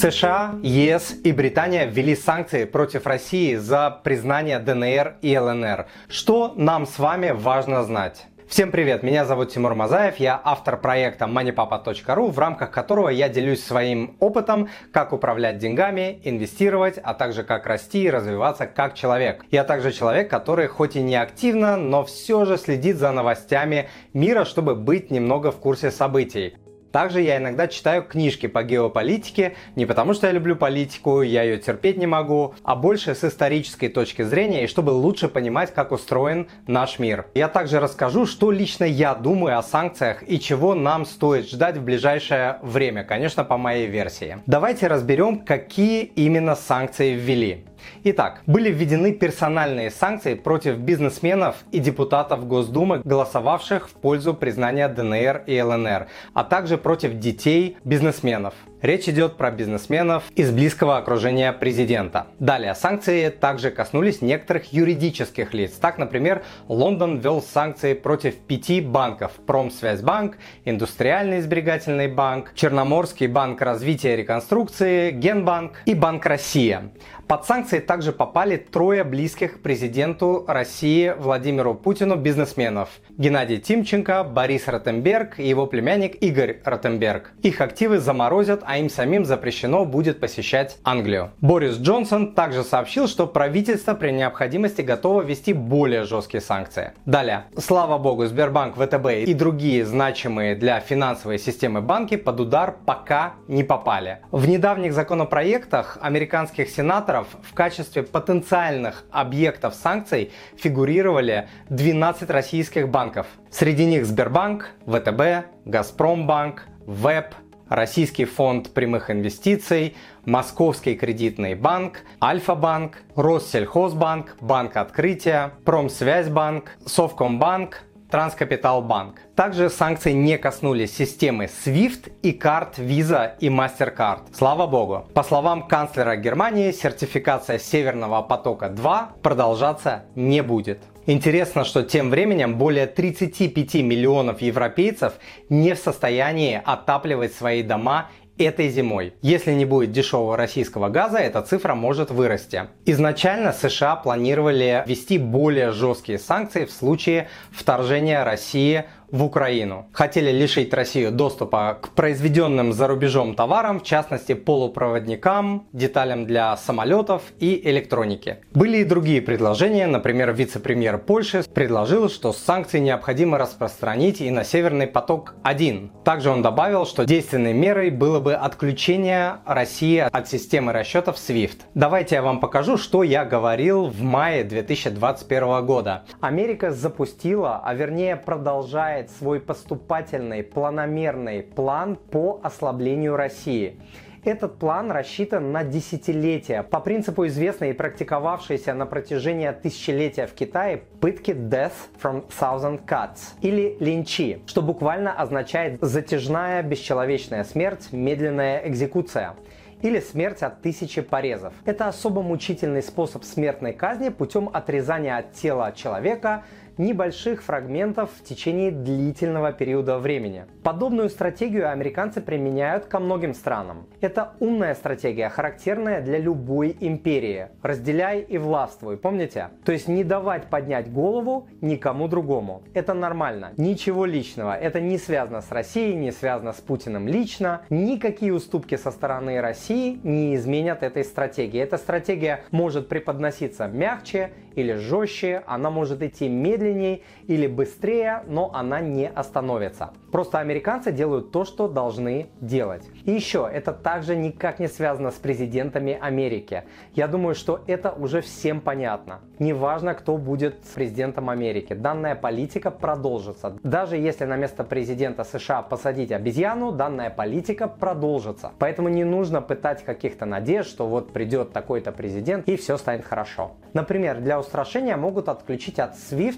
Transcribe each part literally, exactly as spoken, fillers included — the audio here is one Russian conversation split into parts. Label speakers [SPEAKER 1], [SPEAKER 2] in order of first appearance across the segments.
[SPEAKER 1] США, ЕС и Британия ввели санкции против России за признание ДНР и ЛНР. Что нам с вами важно знать? Всем привет, меня зовут Тимур Мазаев, я автор проекта moneypapa точка ру, в рамках которого я делюсь своим опытом, как управлять деньгами, инвестировать, а также как расти и развиваться как человек. Я также человек, который хоть и не активно, но все же следит за новостями мира, чтобы быть немного в курсе событий. Также я иногда читаю книжки по геополитике, не потому что я люблю политику, я ее терпеть не могу, а больше с исторической точки зрения и чтобы лучше понимать, как устроен наш мир. Я также расскажу, что лично я думаю о санкциях и чего нам стоит ждать в ближайшее время, конечно, по моей версии. Давайте разберем, какие именно санкции ввели. Итак, были введены персональные санкции против бизнесменов и депутатов Госдумы, голосовавших в пользу признания ДНР и ЛНР, а также против детей бизнесменов. Речь идет про бизнесменов из близкого окружения президента. Далее, санкции также коснулись некоторых юридических лиц. Так, например, Лондон ввел санкции против пяти банков: Промсвязьбанк, Индустриальный сберегательный банк, Черноморский банк развития и реконструкции, Генбанк и Банк Россия. Под санкции также попали трое близких к президенту России Владимиру Путину бизнесменов: Геннадий Тимченко, Борис Ротенберг и его племянник Игорь Ротенберг. Их активы заморозят, а им самим запрещено будет посещать Англию. Борис Джонсон также сообщил, что правительство при необходимости готово ввести более жесткие санкции. Далее, слава богу, Сбербанк, ВТБ и другие значимые для финансовой системы банки под удар пока не попали. В недавних законопроектах американских сенаторов в качестве потенциальных объектов санкций фигурировали двенадцать российских банков. Среди них Сбербанк, ВТБ, Газпромбанк, ВЭБ, Российский фонд прямых инвестиций, Московский кредитный банк, Альфа-банк, Россельхозбанк, Банк Открытия, Промсвязьбанк, Совкомбанк, Транскапиталбанк. Также санкции не коснулись системы свифт и карт Visa и MasterCard. Слава богу. По словам канцлера Германии, сертификация Северного потока-два продолжаться не будет. Интересно, что тем временем более тридцати пяти миллионов европейцев не в состоянии отапливать свои дома этой зимой. Если не будет дешевого российского газа, эта цифра может вырасти. Изначально США планировали ввести более жесткие санкции в случае вторжения России в Украину. Хотели лишить Россию доступа к произведенным за рубежом товарам, в частности полупроводникам, деталям для самолетов и электроники. Были и другие предложения, например, вице-премьер Польши предложил, что санкции необходимо распространить и на Северный поток-один. Также он добавил, что действенной мерой было бы отключение России от системы расчетов свифт. Давайте я вам покажу, что я говорил в мае две тысячи двадцать первого года. Америка запустила, а вернее продолжает свой поступательный планомерный план по ослаблению России. Этот план рассчитан на десятилетия по принципу известной и практиковавшейся на протяжении тысячелетия в Китае пытки Death from Thousand Cuts или линчи, что буквально означает затяжная бесчеловечная смерть, медленная экзекуция или смерть от тысячи порезов. Это особо мучительный способ смертной казни путем отрезания от тела человека небольших фрагментов в течение длительного периода времени. Подобную стратегию американцы применяют ко многим странам. Это умная стратегия, характерная для любой империи. Разделяй и властвуй, помните? То есть не давать поднять голову никому другому. Это нормально. Ничего личного. Это не связано с Россией, не связано с Путиным лично. Никакие уступки со стороны России не изменят этой стратегии. Эта стратегия может преподноситься мягче или жестче, она может идти медленнее или быстрее, но она не остановится. Просто американцы делают то, что должны делать. И еще, это также никак не связано с президентами Америки. Я думаю, что это уже всем понятно. Неважно, кто будет президентом Америки, данная политика продолжится. Даже если на место президента США посадить обезьяну, данная политика продолжится. Поэтому не нужно пытать каких-то надежд, что вот придет такой-то президент и все станет хорошо. Например, для устрашения могут отключить от свифт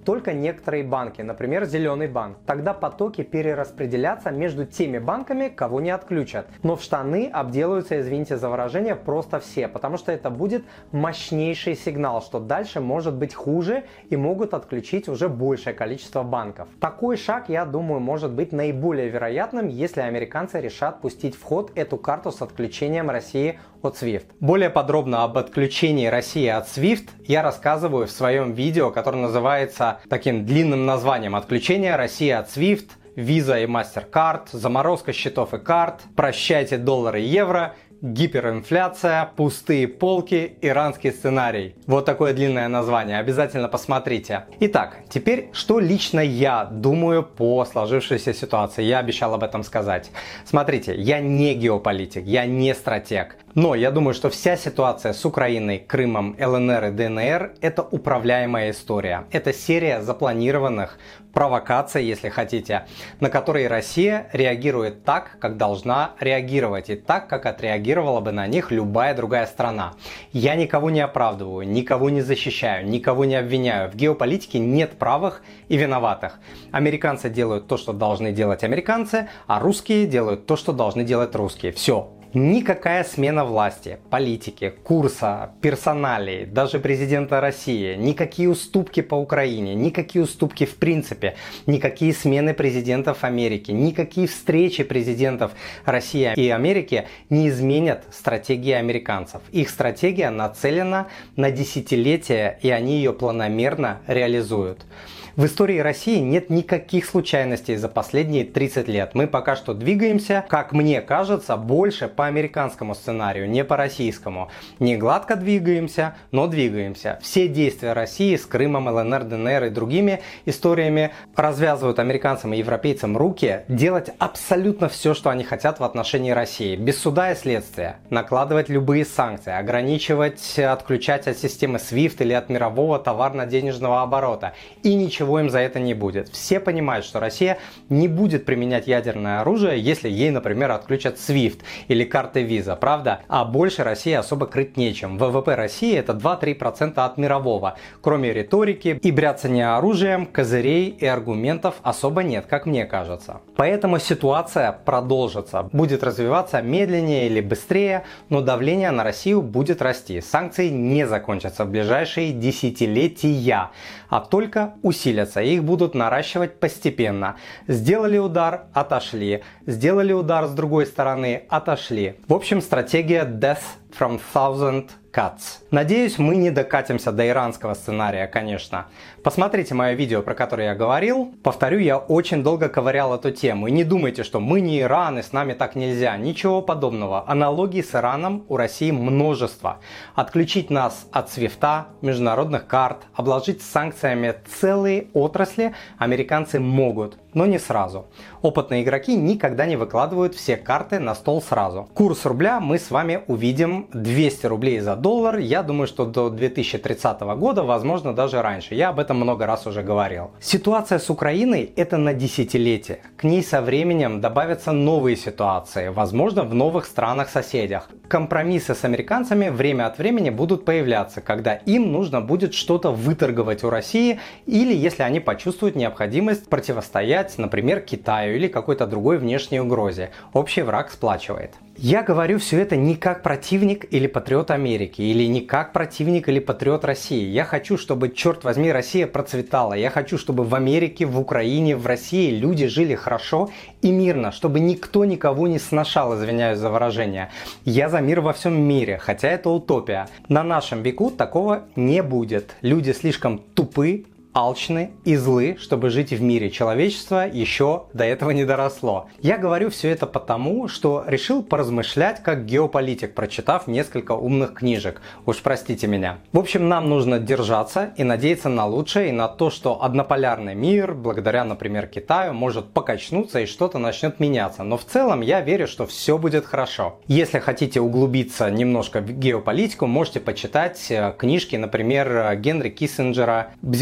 [SPEAKER 1] только некоторые банки, например, Зеленый банк. Тогда потоки перераспределятся между теми банками, кого не отключат. Но в штаны обделаются, извините за выражение, просто все, потому что это будет мощнейший сигнал, что дальше может быть хуже и могут отключить уже большее количество банков. Такой шаг, я думаю, может быть наиболее вероятным, если американцы решат пустить в ход эту карту с отключением России от свифт. Более подробно об отключении России от свифт я рассказываю в своем видео, которое называется таким длинным названием «Отключение России от свифт», Visa и MasterCard, заморозка счетов и карт, прощайте доллары и евро, гиперинфляция, пустые полки, иранский сценарий. Вот такое длинное название, обязательно посмотрите. Итак, теперь, что лично я думаю по сложившейся ситуации, я обещал об этом сказать. Смотрите, я не геополитик, я не стратег, но я думаю, что вся ситуация с Украиной, Крымом, ЛНР и ДНР – это управляемая история. Это серия запланированных провокаций, если хотите, на которые Россия реагирует так, как должна реагировать, и так, как отреагировала бы на них любая другая страна. Я никого не оправдываю, никого не защищаю, никого не обвиняю. В геополитике нет правых и виноватых. Американцы делают то, что должны делать американцы, а русские делают то, что должны делать русские. Все. Никакая смена власти, политики, курса, персоналей, даже президента России, никакие уступки по Украине, никакие уступки в принципе, никакие смены президентов Америки, никакие встречи президентов России и Америки не изменят стратегии американцев. Их стратегия нацелена на десятилетия, и они ее планомерно реализуют. В истории России нет никаких случайностей за последние тридцать лет. Мы пока что двигаемся, как мне кажется, больше по американскому сценарию, не по российскому. Не гладко двигаемся, но двигаемся. Все действия России с Крымом, ЛНР, ДНР и другими историями развязывают американцам и европейцам руки делать абсолютно все, что они хотят в отношении России. Без суда и следствия. Накладывать любые санкции, ограничивать, отключать от системы свифт или от мирового товарно-денежного оборота. И ничего им за это не будет. Все понимают, что Россия не будет применять ядерное оружие, если ей, например, отключат свифт или карты Visa, правда? А больше России особо крыть нечем. ВВП России это два-три процента от мирового. Кроме риторики и бряцания оружием, козырей и аргументов особо нет, как мне кажется. Поэтому ситуация продолжится. Будет развиваться медленнее или быстрее, но давление на Россию будет расти. Санкции не закончатся в ближайшие десятилетия, а только усилятся. Их будут наращивать постепенно. Сделали удар, отошли. Сделали удар с другой стороны, отошли. В общем, стратегия Death from Thousand Cuts. Надеюсь, мы не докатимся до иранского сценария, конечно. Посмотрите мое видео, про которое я говорил. Повторю, я очень долго ковырял эту тему. И не думайте, что мы не Иран и с нами так нельзя. Ничего подобного. Аналогий с Ираном у России множество. Отключить нас от свифта, международных карт, обложить санкциями целые отрасли американцы могут, но не сразу. Опытные игроки никогда не выкладывают все карты на стол сразу. Курс рубля мы с вами увидим двести рублей за доллар. Я думаю, что до две тысячи тридцатого года, возможно, даже раньше. Я об этом много раз уже говорил. Ситуация с Украиной – это на десятилетие. К ней со временем добавятся новые ситуации, возможно, в новых странах-соседях. Компромиссы с американцами время от времени будут появляться, когда им нужно будет что-то выторговать у России, или если они почувствуют необходимость противостоять, например, Китаю или какой-то другой внешней угрозе. Общий враг сплачивает. Я говорю все это не как противник или патриот Америки, или не как противник или патриот России. Я хочу, чтобы, черт возьми, Россия процветала. Я хочу, чтобы в Америке, в Украине, в России люди жили хорошо и мирно, чтобы никто никого не сношал, извиняюсь за выражение. Я за мир во всем мире, хотя это утопия. На нашем веку такого не будет. Люди слишком тупы, алчны и злы, чтобы жить в мире. Человечество еще до этого не доросло. Я говорю все это потому, что решил поразмышлять как геополитик, прочитав несколько умных книжек. Уж простите меня. В общем, нам нужно держаться и надеяться на лучшее и на то, что однополярный мир, благодаря, например, Китаю, может покачнуться и что-то начнет меняться. Но в целом я верю, что все будет хорошо. Если хотите углубиться немножко в геополитику, можете почитать книжки, например, Генри Киссинджера, Бзежинского,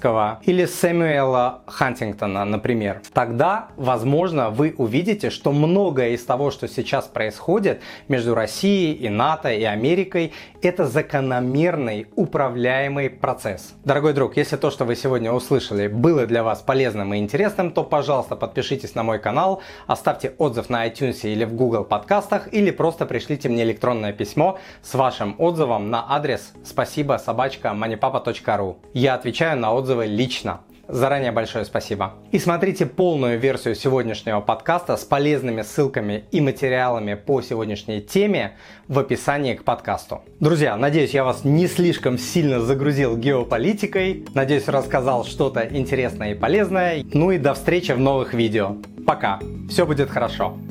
[SPEAKER 1] Сикорского или Сэмюэла Хантингтона, например, тогда, возможно, вы увидите, что многое из того, что сейчас происходит между Россией и НАТО и Америкой, это закономерный управляемый процесс. Дорогой друг, если то, что вы сегодня услышали, было для вас полезным и интересным, то, пожалуйста, подпишитесь на мой канал, оставьте отзыв на iTunes или в Google подкастах, или просто пришлите мне электронное письмо с вашим отзывом на адрес спасибо собачка moneypapa точка ру. Я отвечаю на отзывы лично. Заранее большое спасибо. И смотрите полную версию сегодняшнего подкаста с полезными ссылками и материалами по сегодняшней теме в описании к подкасту. Друзья, надеюсь, я вас не слишком сильно загрузил геополитикой. Надеюсь, рассказал что-то интересное и полезное. Ну и до встречи в новых видео. Пока. Все будет хорошо.